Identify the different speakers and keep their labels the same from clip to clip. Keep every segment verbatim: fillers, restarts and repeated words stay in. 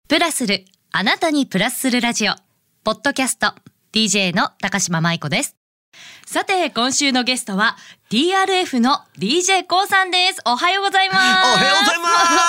Speaker 1: プラスる、あなたにプラスするラジオポッドキャスト ディージェー の高島舞子です。さて今週のゲストは ティーアールエフ の ディージェー コウさんです。おはようございます。
Speaker 2: おはようござい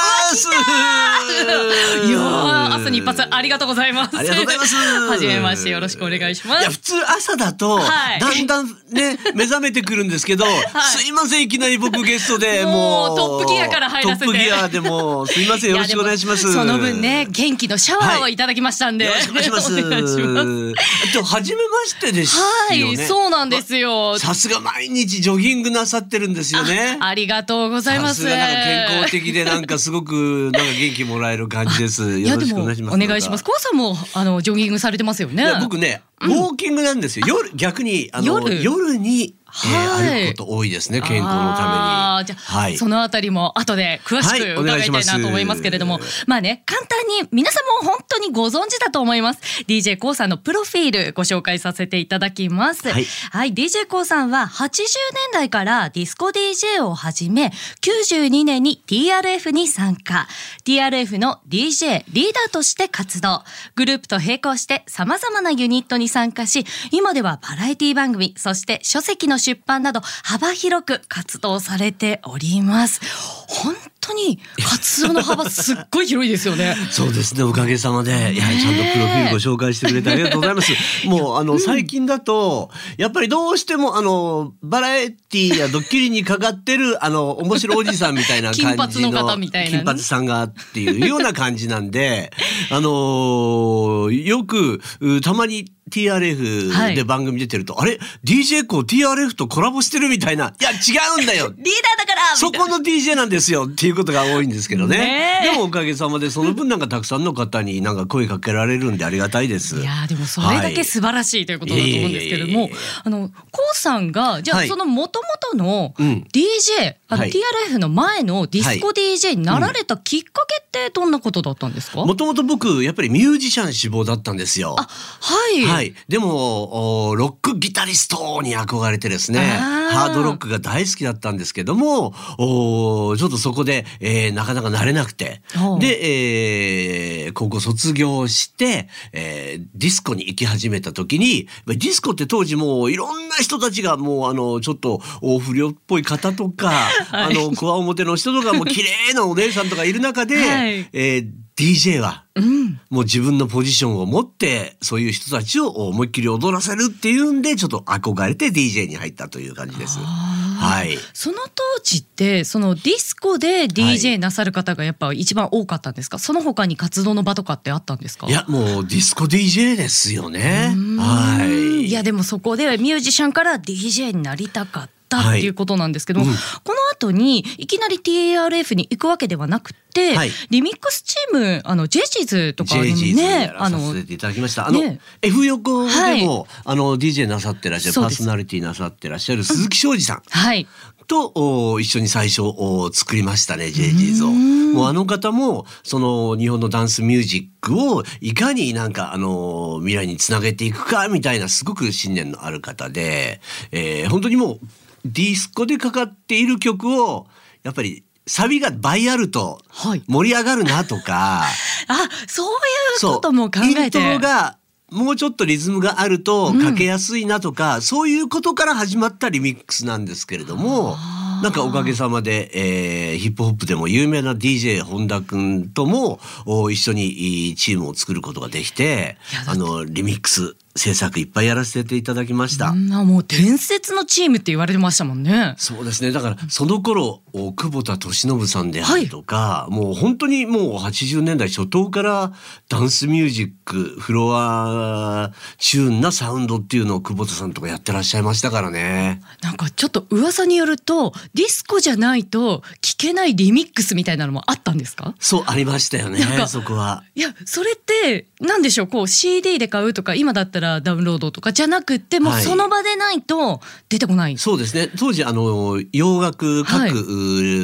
Speaker 2: ます
Speaker 1: いやー、朝に一発ありがとうございます。
Speaker 2: ありがとうございます。
Speaker 1: はじめまして、よろしくお願いします。
Speaker 2: いや普通朝だと、はい、だんだんね目覚めてくるんですけど、はい、すいません、いきなり僕ゲストでもう
Speaker 1: もうトップギアから入らせて、
Speaker 2: トップギアでもすいません、よろしくお願いします。
Speaker 1: その分ね、元気のシャワーをいただきましたんで、はい、
Speaker 2: よろしくお願いします。お願いします。初めましてですよね。
Speaker 1: はい、そうなんですよ。
Speaker 2: さすが毎日ジョギングなさってるんですよね。
Speaker 1: あ, ありがとうございます。
Speaker 2: さすがなんか健康的でなんかすごくなんか元気もらえる感じです。よろしくお願いします。
Speaker 1: お願いします。コウさんもあのジョギングされてますよね。
Speaker 2: いや僕ね、ウォーキングなんですよ。夜逆にあの 夜, 夜にはい、歩くこと多いですね、健康のために。あ、
Speaker 1: じゃあ、はい、そのあたりも後で詳しく伺いたいなと思いますけれども、はい、まあね、簡単に皆さんも本当にご存知だと思います。 ディージェー コウさんのプロフィールご紹介させていただきます。はい、はい、ディージェー コウさんははちじゅうねんだいからディスコ ディージェー を始め、きゅうじゅうにねんに ティーアールエフ に参加。 ティーアールエフ の ディージェー リーダーとして活動。グループと並行して様々なユニットに参加し、今ではバラエティ番組、そして書籍の出版など幅広く活動されております。本当に活動の幅すっごい広いですよね。
Speaker 2: そうですね、おかげさまで、やはりちゃんとプロフィールご紹介してくれてありがとうございます。もうあの、うん、最近だとやっぱりどうしてもあのバラエティやドッキリにかかってるあの面白おじさんみたいな感じの
Speaker 1: 金髪の方みたいな、ね、
Speaker 2: 金髪さんがっていうような感じなんであのよくたまにティーアールエフ で番組出てると、はい、あれ ディージェー コ ティーアールエフ とコラボしてるみたいな、いや違うんだよ
Speaker 1: リーダーだから
Speaker 2: そこの ディージェー なんですよっていうことが多いんですけど ね, ねでもおかげさまでその分なんかたくさんの方になんか声かけられるんでありがたいです。
Speaker 1: いやでもそれだけ素晴らしいということだと思うんですけれども、はい、あのコウさんがじゃあその元々の ディージェー、はい、あの ティーアールエフ の前のディスコ ディージェー になられたきっかけってどんなことだったんですか？
Speaker 2: もともと僕やっぱりミュージシャン志望だったんですよ。
Speaker 1: あ、はい、
Speaker 2: はい、でもロックギタリストに憧れてですね、ハードロックが大好きだったんですけども、おちょっとそこで、えー、なかなか慣れなくて、で、えー、高校卒業して、えー、ディスコに行き始めた時に、ディスコって当時もういろんな人たちがもうあのちょっと大不良っぽい方とか、はい、あのこわ表の人とかも綺麗なお姉さんとかいる中で、はい、えー、ディージェー は、うん、もう自分のポジションを持ってそういう人たちを思いっきり踊らせるっていうんでちょっと憧れて ディージェー に入ったという感じです。はい、そ
Speaker 1: の当時ってそのディスコで ディージェー なさる方がやっぱ一番多かったんですか？その他に活動の場とかってあったんですか？
Speaker 2: いやもうディスコ ディージェー ですよね。はい、
Speaker 1: いやでもそこでミュージシャンから ディージェー になりたかったっていうことなんですけども、はい、うん、この後にいきなり ティーアールエフ に行くわけではなくて、はい、リミックスチームあのジェジーズとかにね、
Speaker 2: ジェジーズやらさせていただきました。あの、ね、F 横でも、はい、あの ディージェー なさってらっしゃるパーソナリティなさってらっしゃる鈴木昌司さん、うん、はいと一緒に最初作りましたね、ジェジーズを。もうあの方もその日本のダンスミュージックをいかになんかあの未来につなげていくかみたいなすごく信念のある方で、えー、本当にもうディスコでかかっている曲をやっぱりサビが倍あると盛り上がるなとか、はい、
Speaker 1: あ、そういうことも考えて、
Speaker 2: イントロがもうちょっとリズムがあるとかけやすいなとか、うん、そういうことから始まったリミックスなんですけれども、なんかおかげさまで、えー、ヒップホップでも有名な ディージェー 本田くんとも一緒にチームを作ることができて、あのリミックス制作いっぱいやらせていただきました。
Speaker 1: もう伝説のチームって言われてましたもんね。
Speaker 2: そうですね。だからその頃久保田利伸さんであるとか、はい、もう本当にもうはちじゅうねんだい初頭からダンスミュージックフロアチューンなサウンドっていうのを久保田さんとかやってらっしゃいましたからね。
Speaker 1: なんかちょっと噂によるとディスコじゃないと聴けないリミックスみたいなのもあったんですか？
Speaker 2: そうありましたよね。そこは。
Speaker 1: いやそれってなんでしょう、こう シーディー で買うとか今だったらダウンロードとかじゃなくってもうその場でないと出てこない、はい、
Speaker 2: そうですね。当時あの洋楽各、はい、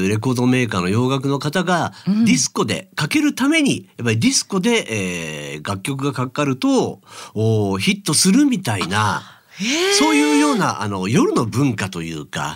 Speaker 2: レコードメーカーの洋楽の方がディスコでかけるために、うん、やっぱりディスコで、えー、楽曲がかかるとおヒットするみたいな、そういうようなあの夜の文化というか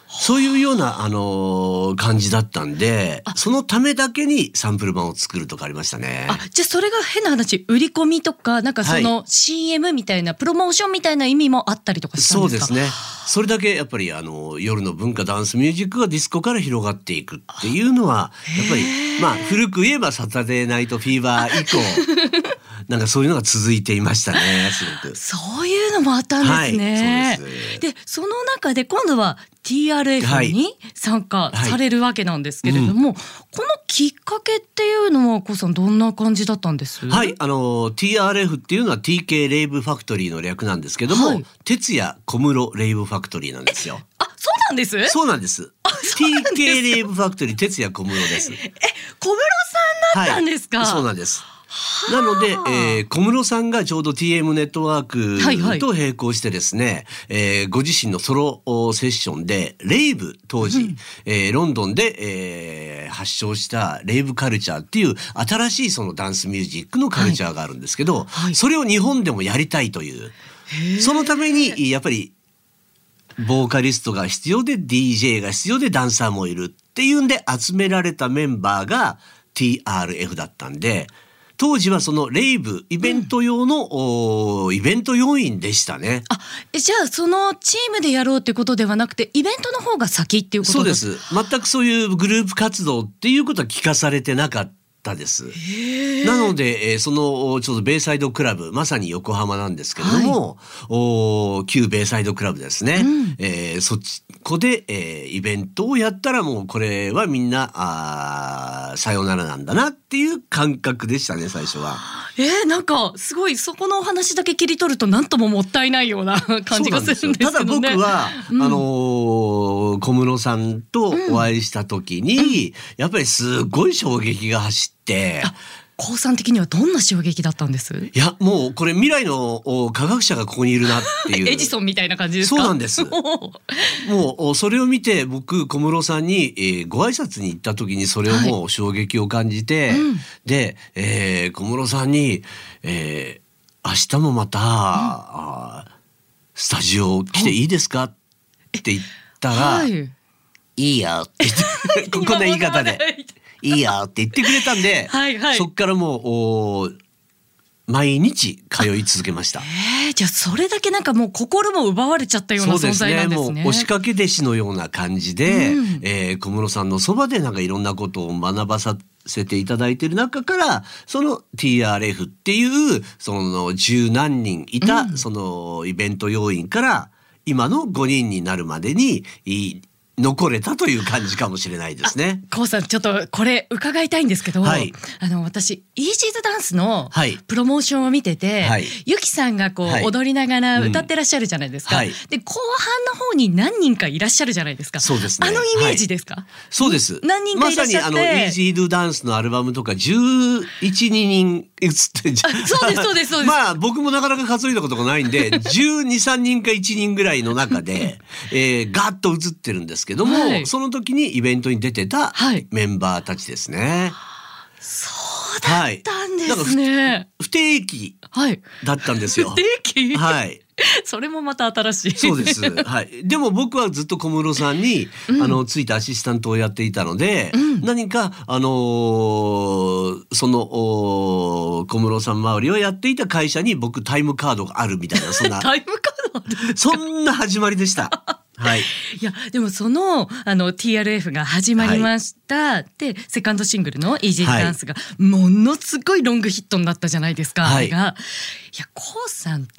Speaker 2: そういうような、あのー、感じだったんで、そのためだけにサンプル版を作るとかありましたね。
Speaker 1: あ、じゃあそれが変な話、売り込みとかなんかその シーエム みたいな、はい、プロモーションみたいな意味もあったりとかしたんですか？
Speaker 2: そうですね。それだけやっぱりあの夜の文化ダンスミュージックがディスコから広がっていくっていうのはやっぱりまあ古く言えばサタデーナイトフィーバー以降なんかそういうのが続いていましたね。すごく
Speaker 1: そういうのもあったんですね。はい、そうです。でその中で今度は ティーアールエフ に参加されるわけなんですけれども、はいはいうん、このきっかけっていうのはコウさんどんな感じだったんです？
Speaker 2: はい、あの ティーアールエフ っていうのは ティーケー レイブファクトリーの略なんですけども、はい、哲也小室レイブファクトリーなんですよ。
Speaker 1: あ、そうなんです。
Speaker 2: そうなんです。ティーケー レイブファクトリー哲也小室です。
Speaker 1: え、小室さんだったんですか？
Speaker 2: はい、そうなんです。なので、えー、小室さんがちょうど ティーエム ネットワークと並行してですね、はいはいえー、ご自身のソロセッションでレイブ当時、うんえー、ロンドンで、えー、発祥したレイブカルチャーっていう新しいそのダンスミュージックのカルチャーがあるんですけど、はいはい、それを日本でもやりたいというそのためにやっぱりボーカリストが必要で ディージェー が必要でダンサーもいるっていうんで集められたメンバーが ティーアールエフ だったんで当時はそのレイブイベント用の、うん、イベント要員でしたね。
Speaker 1: あ、じゃあそのチームでやろうってことではなくてイベントの方が先っていうことです？
Speaker 2: そうです。全くそういうグループ活動っていうことは聞かされてなかったです。なので、えー、そのちょうどベイサイドクラブまさに横浜なんですけれども、はい、お旧ベイサイドクラブですね、うんえー、そっちこで、えー、イベントをやったらもうこれはみんなあさよならなんだなっていう感覚でしたね最初は。
Speaker 1: えー、なんかすごいそこのお話だけ切り取るとなんとももったいないような感じがするんですけどね。
Speaker 2: ただ僕は、うん、あのー、小室さんとお会いした時に、うん、やっぱりすごい衝撃が走って。
Speaker 1: コウさん的にはどんな衝撃だったんです？
Speaker 2: いやもうこれ未来の科学者がここにいるなっていう
Speaker 1: エジソンみたいな感じですか？
Speaker 2: そうなんですもうそれを見て僕小室さんに、えー、ご挨拶に行った時にそれをもう衝撃を感じて、はいうん、で、えー、小室さんに、えー、明日もまた、うん、あスタジオ来ていいですかって言ったら、はい、いいよって言ってこんな言い方でいいやって言ってくれたんではい、はい、そっからもう毎日通い続けました。
Speaker 1: えー、じゃあそれだけなんかもう心も奪われちゃったような存在なんですね。
Speaker 2: そうですね。もう押しかけ弟子のような感じで、うんえー、小室さんのそばでなんかいろんなことを学ばさせていただいている中からその ティーアールエフ っていうその十何人いたそのイベント要員から今のごにんになるまでに残れたという感じかもしれないですね。
Speaker 1: コウさんちょっとこれ伺いたいんですけど、はい、あの私イージーズダンスのプロモーションを見てて、はい、ゆきさんがこう、はい、踊りながら歌ってらっしゃるじゃないですか、うんはい、で後半の方に何人かいらっしゃるじゃないですか。
Speaker 2: そうですね。
Speaker 1: あのイメージですか？はい、
Speaker 2: そうです。
Speaker 1: 何人かいらっしゃって、
Speaker 2: まさにあのイージードダンスのアルバムとかじゅういち、ににん映って
Speaker 1: そうですそうですそうです
Speaker 2: まあ僕もなかなか数えたことがないんでじゅうに、さんにんかいちにんぐらいの中で、えー、ガッと映ってるんですけども、はい、その時にイベントに出てたメンバーたちですね。
Speaker 1: はい、そうだったんですね。
Speaker 2: はい、不, 不定期だったんですよ。
Speaker 1: 不定期
Speaker 2: はい
Speaker 1: それもまた新しい。
Speaker 2: そうです、はい、でも僕はずっと小室さんに、うん、あのついてアシスタントをやっていたので、うん、何か、あのー、その小室さん周りをやっていた会社に僕タイムカードがあるみたいなそんな
Speaker 1: タイムカードある
Speaker 2: そんな始まりでしたはい、
Speaker 1: いやでもその、あの ティーアールエフ が始まりました、はい、でセカンドシングルのイージーダンスがものすごいロングヒットになったじゃないですか、はい、がいやコウさんって、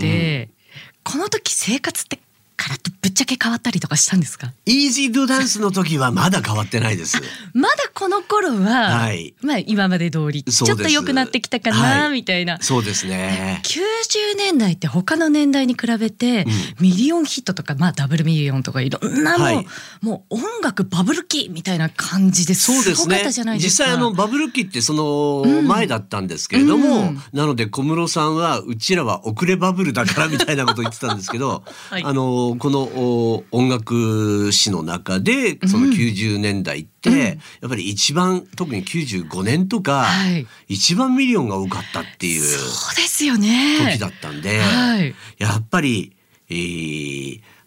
Speaker 1: うん、この時生活ってからってぶっちゃけ変わったりとかしたんですか？
Speaker 2: イージードゥダンスの時はまだ変わってないです
Speaker 1: まだこの頃は、はい、まあ今まで通りちょっと良くなってきたかな、はい、みたいな。
Speaker 2: そうですね。
Speaker 1: きゅうじゅうねんだいって他の年代に比べて、うん、ミリオンヒットとか、まあ、ダブルミリオンとかいろんなもう、はい、もう音楽バブル期みたいな感じですごかったじゃないですか。
Speaker 2: 実際あのバブル期ってその前だったんですけれども、うん、なので小室さんはうちらは遅れバブルだからみたいなことを言ってたんですけど、はい、あのこの音楽史の中でそのきゅうじゅうねんだいって、うん、やっぱり一番特にきゅうじゅうごねんとか、はい、一番ミリオンが多かったっていう
Speaker 1: そうですよね
Speaker 2: 時だったんで、はい、やっぱり、えー、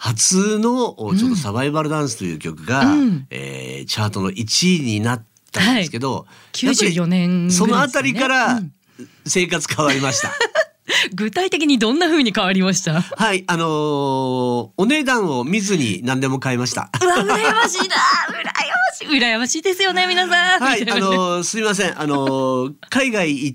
Speaker 2: 初のちょっとサバイバルダンスという曲が、うん、えー、チャートのいちいになったんですけど、はい、
Speaker 1: きゅうじゅうよねんぐらいですね。
Speaker 2: そのあたりから生活変わりました。
Speaker 1: 具体的にどんな風に変わりました？
Speaker 2: はい、あのー、お値段を見ずに何でも買いました。
Speaker 1: うわ、羨ましいな、羨ましい、羨ましいですよね、皆さん。
Speaker 2: はい、あのー、すみません、あのー、海外行って、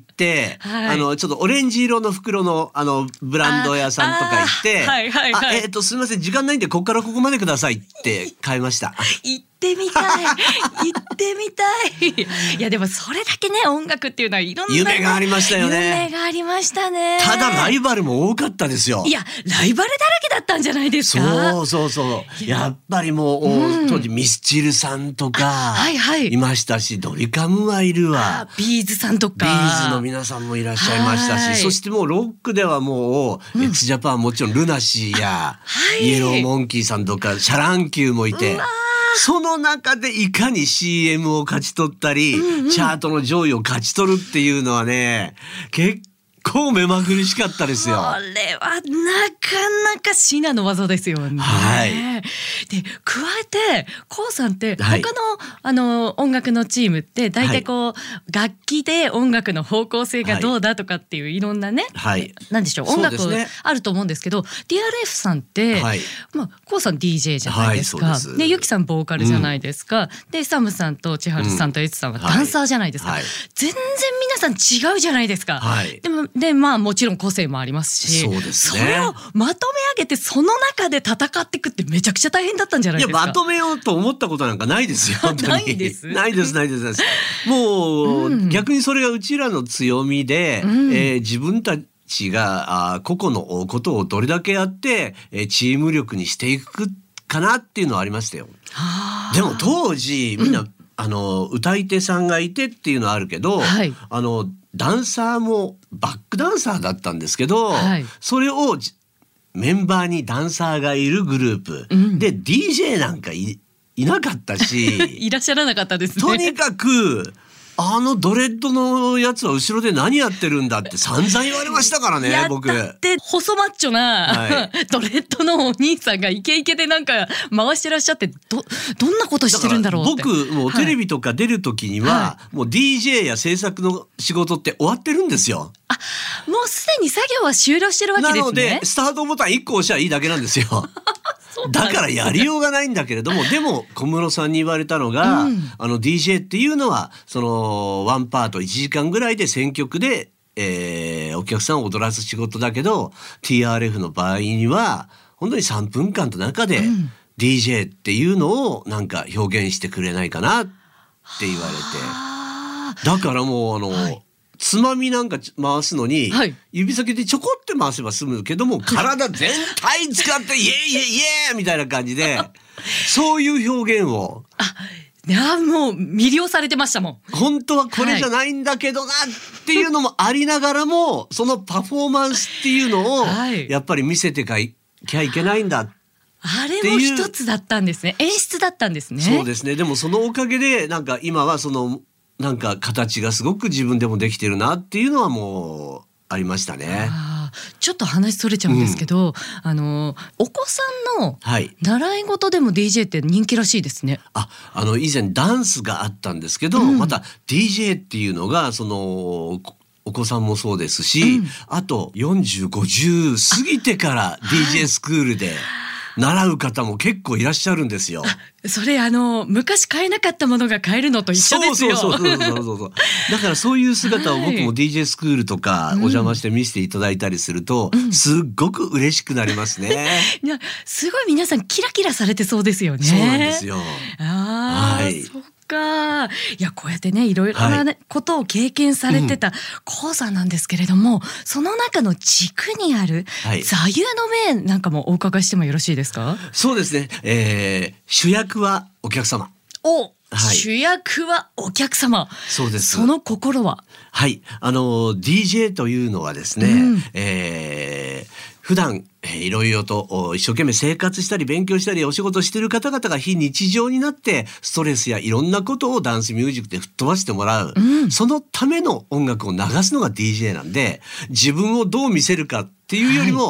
Speaker 2: はい、あのちょっとオレンジ色の袋のあのブランド屋さんとか行って、はいはいはい、あ、えっとすみません、時間ないんでここからここまでくださいって買いました。
Speaker 1: 行ってみたい、行ってみたい。いやでもそれだけね、音楽っていうのはいろんな
Speaker 2: 夢がありましたよね。
Speaker 1: 夢がありましたね。
Speaker 2: ただライバルも多かったですよ。
Speaker 1: いや、ライバルだらけだったんじゃないですか。
Speaker 2: そうそうそう。やっぱりもう、うん、当時ミスチルさんとか、はいはい、いましたし、ドリカムはいるわ。
Speaker 1: ビーズさんとか。
Speaker 2: ビーズの皆さんもいらっしゃいましたし、そしてもうロックではもう、うん、エクスジャパンはもちろんルナシーや、はい、イエローモンキーさんとか、シャランキューもいて、その中でいかに シーエム を勝ち取ったり、うんうん、チャートの上位を勝ち取るっていうのはね、結構目まぐるしかったですよ。
Speaker 1: これはなかなか至難の技ですよね。はい。で、加えて コウさんって他の、はい、あの音楽のチームって大体こう、はい、楽器で音楽の方向性がどうだとかっていういろんなね、はい、なんでしょう、音楽あると思うんですけど、 ティーアールエフ さんって、はい、まあ、コウさん ディージェー じゃないですか、はい、でユキさんボーカルじゃないですか、うん、でサムさんと千春さんとエツさんはダンサーじゃないですか、はいはい、全然皆さん違うじゃないですか、はい、でもでまあもちろん個性もありますし、そうですね、それをまとめ上げてその中で戦っていくってめちゃくちゃ大変だったんじゃないですか。
Speaker 2: いや、まとめようと思ったことなんかないですよ。本当に
Speaker 1: ないです
Speaker 2: ないですないですもう、うん、逆にそれがうちらの強みで、うん、えー、自分たちがあ個々のことをどれだけやって、えー、チーム力にしていくかなっていうのはありましたよ。でも当時みんな、うん、あの歌い手さんがいてっていうのはあるけど、はい、あのダンサーもバックダンサーだったんですけど、はい、それをメンバーにダンサーがいるグループ、うん、で ディージェー なんか い, いなかったし
Speaker 1: いらっしゃらなかったですね。
Speaker 2: とにかくあのドレッドのやつは後ろで何やってるんだって散々言われましたからね。僕
Speaker 1: だって細マッチョな、はい、ドレッドのお兄さんがイケイケでなんか回してらっしゃって、 ど, どんなことしてるんだろうって。
Speaker 2: 僕もうテレビとか出る時には、はい、もう ディージェー や制作の仕事って終わってるんですよ。
Speaker 1: あ、もうすでに作業は終了してるわけですね。
Speaker 2: なのでスタートボタンいっこ押しゃいいだけなんですよだからやりようがないんだけれども、でも小室さんに言われたのが、うん、あの ディージェー っていうのはそのワンパートいちじかんぐらいで選曲で、えー、お客さんを踊らす仕事だけど ティーアールエフ の場合には本当にさんぷんかんの中で ディージェー っていうのをなんか表現してくれないかなって言われて、だからもうあの、はい、つまみなんか回すのに、はい、指先でちょこって回せば済むけども、体全体使ってイエイイエイイエイみたいな感じでそういう表現を、
Speaker 1: あ、いやもう魅了されてましたもん。
Speaker 2: 本当はこれじゃないんだけどなっていうのもありながらも、はい、そのパフォーマンスっていうのをやっぱり見せてかいきゃいけないんだっていう、
Speaker 1: あれも一つだったんですね。演出だったんですね。
Speaker 2: そうですね。でもそのおかげでなんか今はそのなんか形がすごく自分でもできてるなっていうのはもうありましたね。
Speaker 1: あ、ちょっと話それちゃうんですけど、うん、あのお子さんの習い事でも ディージェー って人気らしいですね。
Speaker 2: あ、あの以前ダンスがあったんですけど、うん、また ディージェー っていうのがそのお子さんもそうですし、うん、あとよんじゅう、ごじゅう過ぎてから ディージェー スクールで習う方も結構いらっしゃるんですよ。
Speaker 1: それあの昔買えなかったものが買えるのと一緒ですよ。
Speaker 2: そうそうそうそうそうそうだからそういう姿を僕も ディージェー スクールとかお邪魔して見せていただいたりすると、うん、すっごく嬉しくなりますね。
Speaker 1: いや、すごい皆さんキラキラされてそうですよね。
Speaker 2: そうなんですよ。
Speaker 1: あ、はい、そっか。いや、こうやってね、いろいろな、ね、はい、ことを経験されてたコウさんなんですけれども、うん、その中の軸にある座右の銘なんかもお伺いしてもよろしいですか？
Speaker 2: そうですね、えー、主役はお客様。
Speaker 1: お、はい、主役はお客様。
Speaker 2: そうです。
Speaker 1: その心は？
Speaker 2: はい、あの ディージェー というのはですね、うん、えー普段いろいろと一生懸命生活したり勉強したりお仕事している方々が非日常になってストレスやいろんなことをダンスミュージックで吹っ飛ばしてもらう、うん、そのための音楽を流すのが ディージェー なんで、自分をどう見せるかっていうよりも、はい、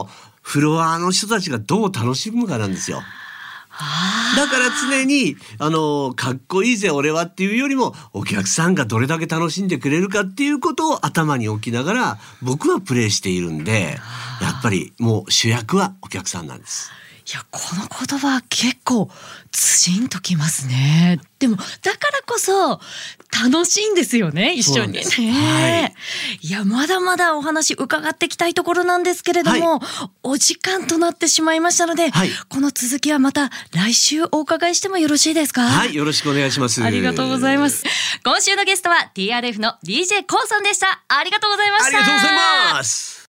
Speaker 2: フロアの人たちがどう楽しむかなんですよ。だから常にあのかっこいいぜ俺はっていうよりも、お客さんがどれだけ楽しんでくれるかっていうことを頭に置きながら僕はプレイしているんで、やっぱりもう主役はお客さんなんです。
Speaker 1: いや、この言葉結構ズシンときますね。でもだからこそ楽しいんですよね、一緒にね。はい、いや、まだまだお話伺っていきたいところなんですけれども、はい、お時間となってしまいましたので、はい、この続きはまた来週お伺いしてもよろしいですか？
Speaker 2: はい、よろしくお願いします。
Speaker 1: ありがとうございます。今週のゲストは ティーアールエフ の ディージェー コウさんでした。ありがとうございました。
Speaker 2: ありがとうございます。